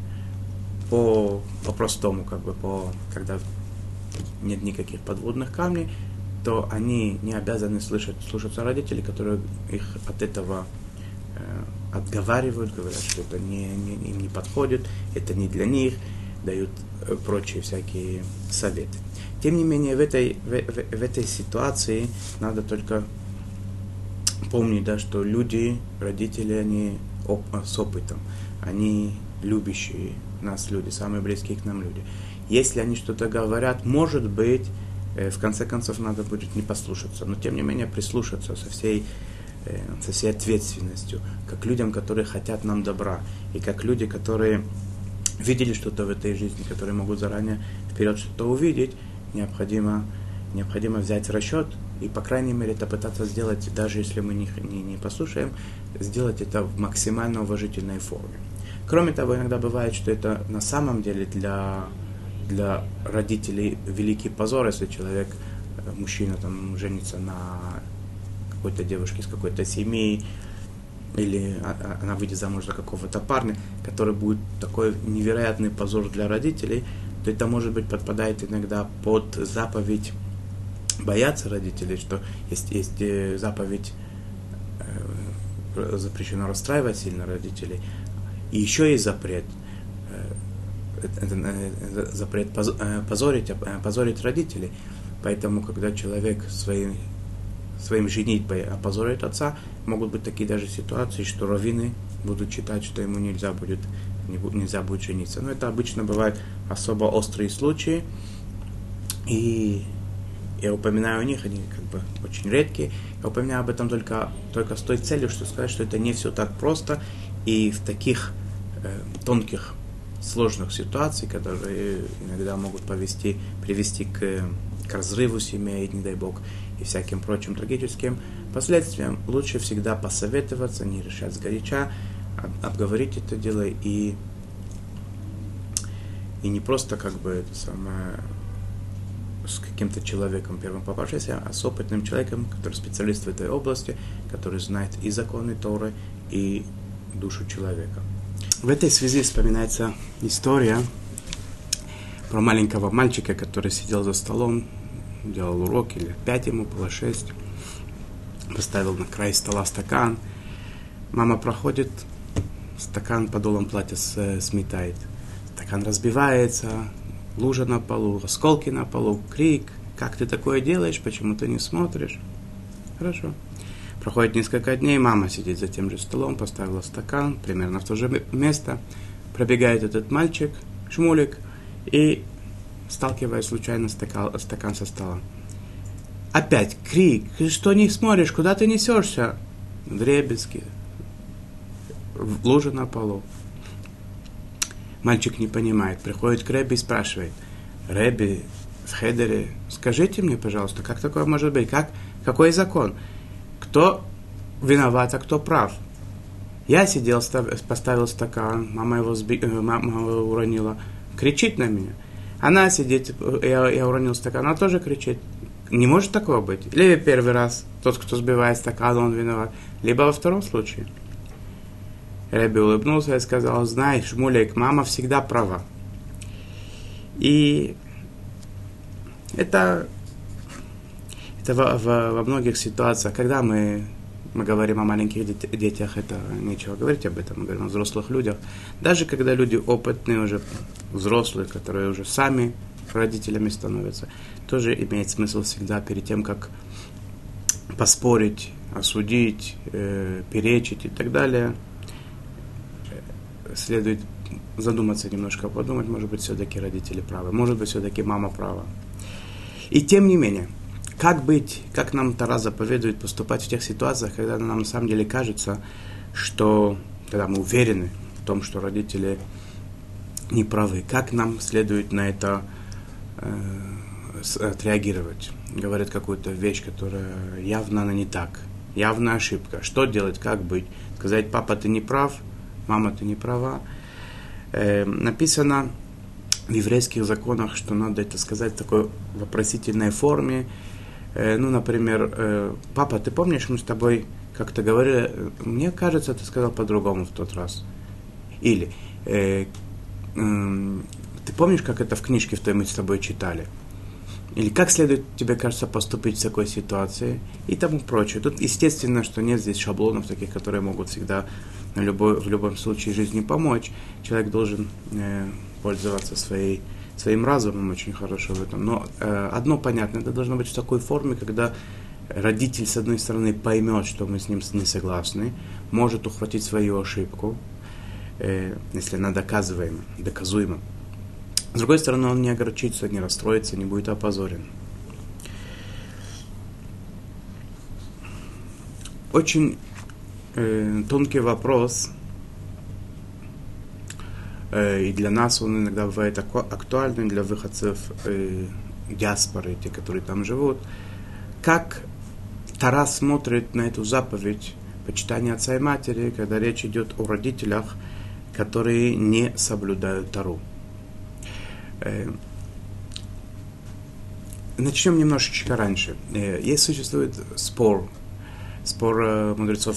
Speaker 1: по-простому, когда нет никаких подводных камней, то они не обязаны слушаться родителей, которые их от этого отговаривают, говорят, что это им не подходит, это не для них, дают прочие всякие советы. Тем не менее, в этой ситуации надо только помнить, да, что люди, родители, они с опытом, они любящие нас люди, самые близкие к нам люди. Если они что-то говорят, может быть, в конце концов надо будет не послушаться, но тем не менее прислушаться со всей ответственностью, как людям, которые хотят нам добра, и как люди, которые видели что-то в этой жизни, которые могут заранее вперед что-то увидеть, необходимо взять в расчет и, по крайней мере, это пытаться сделать, даже если мы не послушаем, сделать это в максимально уважительной форме. Кроме того, иногда бывает, что это на самом деле для родителей великий позор, если человек, мужчина, там, женится на какой-то девушке из какой-то семьи, или она выйдет замуж за какого-то парня, который будет такой невероятный позор для родителей, то это, может быть, подпадает иногда под заповедь бояться родителей, что есть заповедь запрещено расстраивать сильно родителей, и еще есть запрет позорить родителей. Поэтому, когда человек своим женитьбой опозорит отца, могут быть такие даже ситуации, что раввины будут считать, что ему нельзя будет жениться. Но это обычно бывают особо острые случаи, и я упоминаю о них, они очень редкие. Я упоминаю об этом только с той целью, что сказать, что это не все так просто, и в таких тонких, сложных ситуациях, которые иногда могут привести к разрыву семьи, не дай бог, и всяким прочим трагическим последствиям, лучше всегда посоветоваться, не решать сгоряча, обговорить это дело и не просто с каким-то человеком первым попавшимся, а с опытным человеком, который специалист в этой области, который знает и законы Торы, и душу человека. В этой связи вспоминается история про маленького мальчика, который сидел за столом, делал уроки, лет 5 ему было 6, поставил на край стола стакан. Мама проходит, стакан подолом платья сметает. Стакан разбивается, лужа на полу, осколки на полу, крик. Как ты такое делаешь? Почему ты не смотришь? Хорошо. Проходит несколько дней, мама сидит за тем же столом, поставила стакан, примерно в то же место. Пробегает этот мальчик, Шмулик, и сталкивает случайно стакан со стола. Опять крик. Ты что не смотришь? Куда ты несешься? Вдребезги. Лужа на полу. Мальчик не понимает. Приходит к Ребби и спрашивает. Ребби, в хедере, скажите мне, пожалуйста, как такое может быть? Какой закон? Кто виноват, а кто прав? Я сидел, поставил стакан, мама его уронила, кричит на меня. Она сидит, я уронил стакан, она тоже кричит. Не может такого быть. Либо первый раз тот, кто сбивает стакан, он виноват, либо во втором случае. Ребби улыбнулся и сказал: знаешь, Шмулек, мама всегда права. И это во многих ситуациях, когда мы говорим о маленьких детях, это нечего говорить об этом, мы говорим о взрослых людях. Даже когда люди опытные, уже взрослые, которые уже сами родителями становятся, тоже имеет смысл всегда перед тем, как поспорить, осудить, перечить и так далее, следует задуматься немножко, подумать, может быть, все-таки родители правы, может быть, все-таки мама права. И тем не менее, как быть, как нам Тора заповедует поступать в тех ситуациях, когда нам на самом деле кажется, что когда мы уверены в том, что родители не правы, как нам следует на это отреагировать? Говорят какую-то вещь, которая явно она не так, явная ошибка. Что делать, как быть? Сказать: папа, ты не прав, мама, ты не права. Написано в еврейских законах, что надо это сказать в такой вопросительной форме. Ну, например, папа, ты помнишь, мы с тобой как-то говорили, мне кажется, ты сказал по-другому в тот раз. Или ты помнишь, как это в книжке в той мы с тобой читали? Или как следует, тебе кажется, поступить в такой ситуации и тому прочее. Тут естественно, что нет здесь шаблонов таких, которые могут всегда в любом случае жизни помочь. Человек должен пользоваться своим разумом очень хорошо в этом. Но одно понятно, это должно быть в такой форме, когда родитель, с одной стороны, поймет, что мы с ним не согласны, может ухватить свою ошибку, если она доказуема. С другой стороны, он не огорчится, не расстроится, не будет опозорен. Очень тонкий вопрос, и для нас он иногда бывает актуальным, для выходцев диаспоры, те, которые там живут. Как Тора смотрит на эту заповедь почитания отца и матери, когда речь идет о родителях, которые не соблюдают Тору. Начнем немножечко раньше. Существует спор мудрецов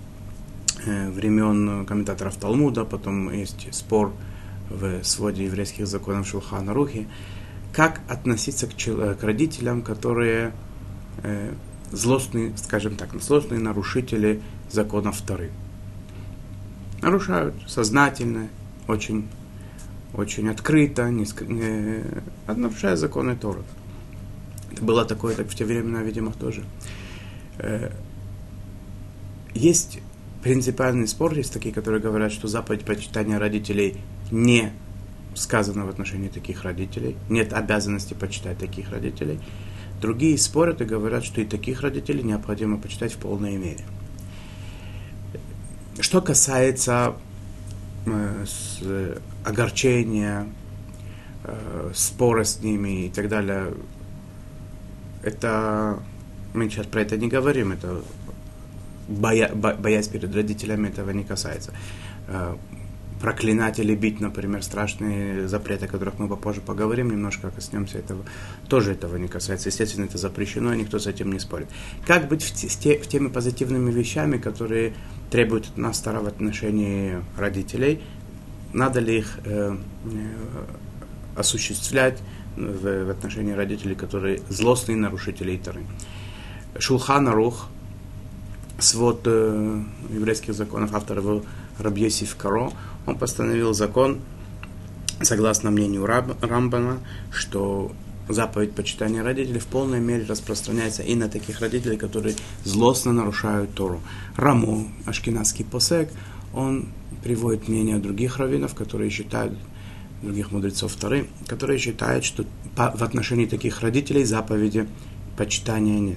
Speaker 1: времен комментаторов Талмуда, потом есть спор в своде еврейских законов Шулхан Арухи, как относиться к родителям, которые злостные, скажем так, злостные нарушители законов Торы. Нарушают сознательно, очень открыто, нарушая законы Торы. Это было такое, так в те времена, видимо, тоже. Есть принципиальный спор, есть такие, которые говорят, что заповедь почитания родителей не сказана в отношении таких родителей, нет обязанности почитать таких родителей. Другие спорят и говорят, что и таких родителей необходимо почитать в полной мере. Что касается огорчения, спора с ними и так далее, это мы сейчас про это не говорим, это боясь перед родителями, этого не касается. Проклинать или бить, например, страшные запреты, о которых мы попозже поговорим, немножко коснемся этого, тоже этого не касается. Естественно, это запрещено, и никто с этим не спорит. Как быть с теми позитивными вещами, которые требуют от нас Тора в отношении родителей? Надо ли их осуществлять в отношении родителей, которые злостные нарушители Торы? Шулхан Арух, свод еврейских законов, автор его Раби Йосиф Каро, он постановил закон, согласно мнению Рамбана, что заповедь почитания родителей в полной мере распространяется и на таких родителей, которые злостно нарушают Тору. Рамо, ашкеназский посек, он приводит мнение других раввинов, которые считают, других мудрецов Торы, которые считают, что в отношении таких родителей заповеди почитания нет.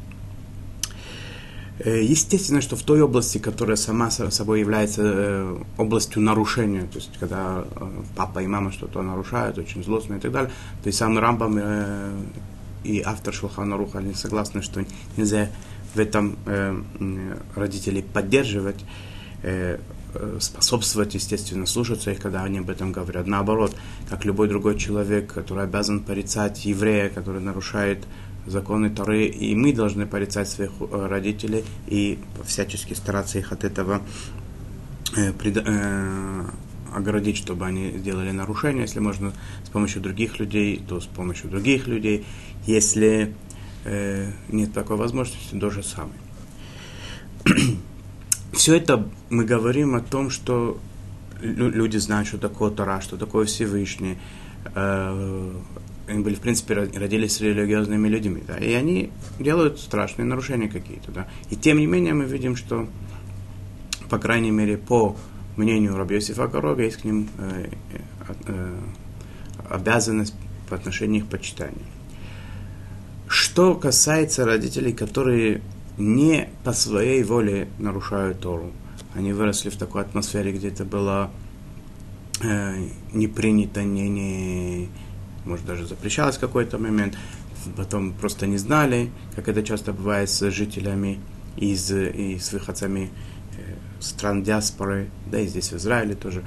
Speaker 1: Естественно, что в той области, которая сама собой является областью нарушения, то есть когда папа и мама что-то нарушают, очень злостно и так далее, то есть сам Рамбам и автор Шулхан Аруха, они согласны, что нельзя в этом родителей поддерживать, способствовать, естественно, слушаться их, когда они об этом говорят. Наоборот, как любой другой человек, который обязан порицать еврея, который нарушает законы Торы, и мы должны порицать своих родителей и всячески стараться их от этого оградить, чтобы они сделали нарушения. Если можно с помощью других людей, то с помощью других людей. Если нет такой возможности, то же самое. Все это мы говорим о том, что люди знают, что такое Тора, что такое Всевышний. Они были, в принципе, родились религиозными людьми, да, и они делают страшные нарушения какие-то, да. И тем не менее мы видим, что, по крайней мере, по мнению Раби Йосифа Каро, есть к ним обязанность по отношению их почитания. Что касается родителей, которые не по своей воле нарушают Тору, они выросли в такой атмосфере, где это было не принято, может, даже запрещалось в какой-то момент, потом просто не знали, как это часто бывает с жителями и с выходцами стран диаспоры, да и здесь в Израиле тоже.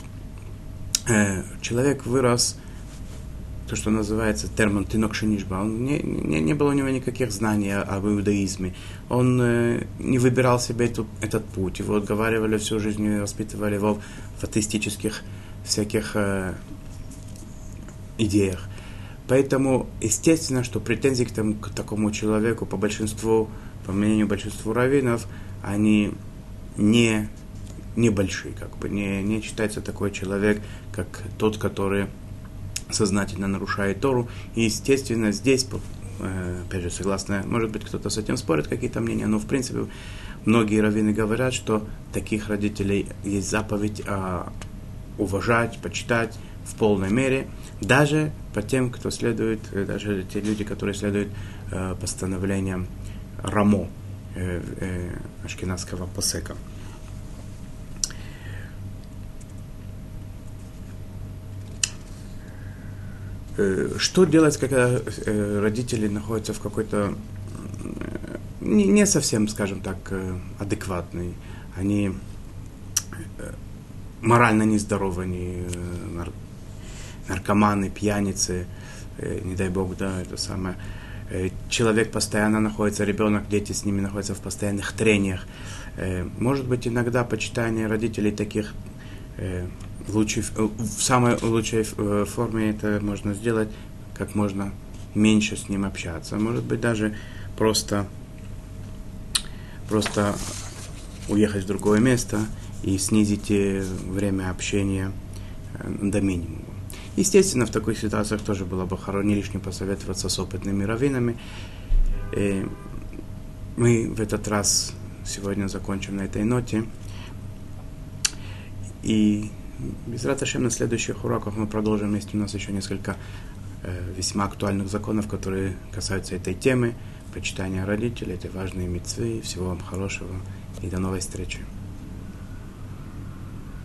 Speaker 1: Человек вырос, то, что называется термин «тинок шенишба», не было у него никаких знаний об иудаизме, он не выбирал себе этот путь, его отговаривали всю жизнь, воспитывали его в атеистических всяких идеях. Поэтому, естественно, что претензии к такому человеку, по мнению большинства раввинов, они не большие, не считается такой человек, как тот, который сознательно нарушает Тору. И, естественно, здесь, опять же, согласно, может быть, кто-то с этим спорит, какие-то мнения, но, в принципе, многие раввины говорят, что таких родителей есть заповедь уважать, почитать в полной мере, даже по тем, кто следует, даже те люди, которые следуют постановлениям Рамо, ашкеназского посека. Что делать, когда родители находятся в какой-то не совсем, скажем так, адекватный, они морально нездоровы, они наркоманы, пьяницы, не дай бог, да, это самое. Человек постоянно находится, ребенок, дети с ними находятся в постоянных трениях. Может быть, иногда почитание родителей таких в самой лучшей форме это можно сделать, как можно меньше с ним общаться. Может быть, даже просто уехать в другое место и снизить время общения до минимума. Естественно, в таких ситуациях тоже было бы не лишним посоветоваться с опытными раввинами. Мы в этот раз сегодня закончим на этой ноте. И Безрат Ашем на следующих уроках мы продолжим. Есть у нас еще несколько весьма актуальных законов, которые касаются этой темы, почитания родителей, этой важной мицвы. Всего вам хорошего и до новой встречи.